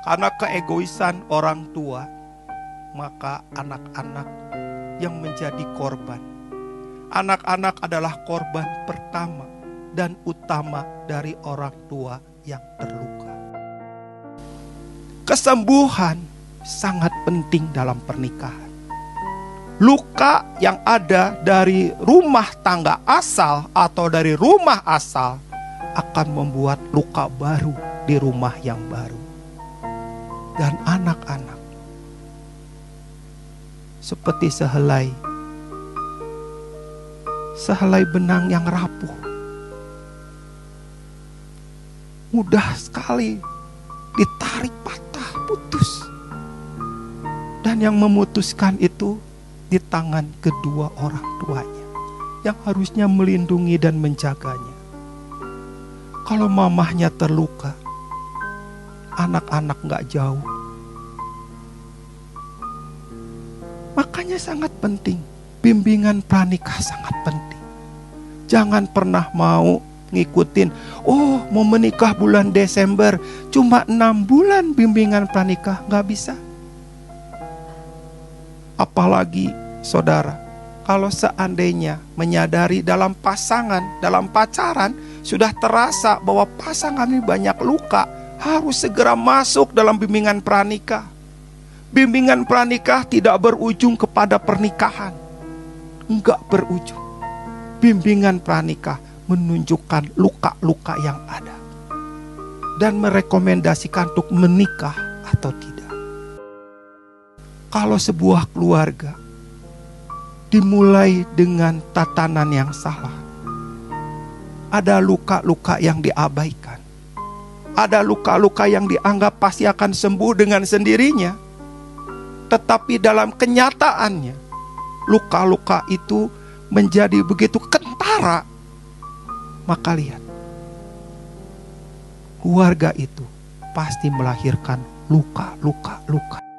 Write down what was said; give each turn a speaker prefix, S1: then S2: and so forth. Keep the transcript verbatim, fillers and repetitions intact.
S1: Karena keegoisan orang tua, maka anak-anak yang menjadi korban. Anak-anak adalah korban pertama dan utama dari orang tua yang terluka. Kesembuhan sangat penting dalam pernikahan. Luka yang ada dari rumah tangga asal atau dari rumah asal akan membuat luka baru di rumah yang baru. Dan anak-anak seperti sehelai sehelai benang yang rapuh, mudah sekali ditarik patah, putus. Dan yang memutuskan itu di tangan kedua orang tuanya yang harusnya melindungi dan menjaganya. Kalau mamahnya terluka, anak-anak gak jauh. Makanya sangat penting, bimbingan pranikah sangat penting. Jangan pernah mau ngikutin, oh mau menikah bulan Desember, cuma enam bulan bimbingan pranikah, gak bisa. Apalagi saudara, kalau seandainya menyadari dalam pasangan, dalam pacaran, sudah terasa bahwa pasangan ini banyak luka, harus segera masuk dalam bimbingan pranikah. Bimbingan pranikah tidak berujung kepada pernikahan. Enggak berujung. Bimbingan pranikah menunjukkan luka-luka yang ada dan merekomendasikan untuk menikah atau tidak. Kalau sebuah keluarga dimulai dengan tatanan yang salah, ada luka-luka yang diabaikan, ada luka-luka yang dianggap pasti akan sembuh dengan sendirinya, tetapi dalam kenyataannya luka-luka itu menjadi begitu kentara, maka lihat, keluarga itu pasti melahirkan luka-luka-luka.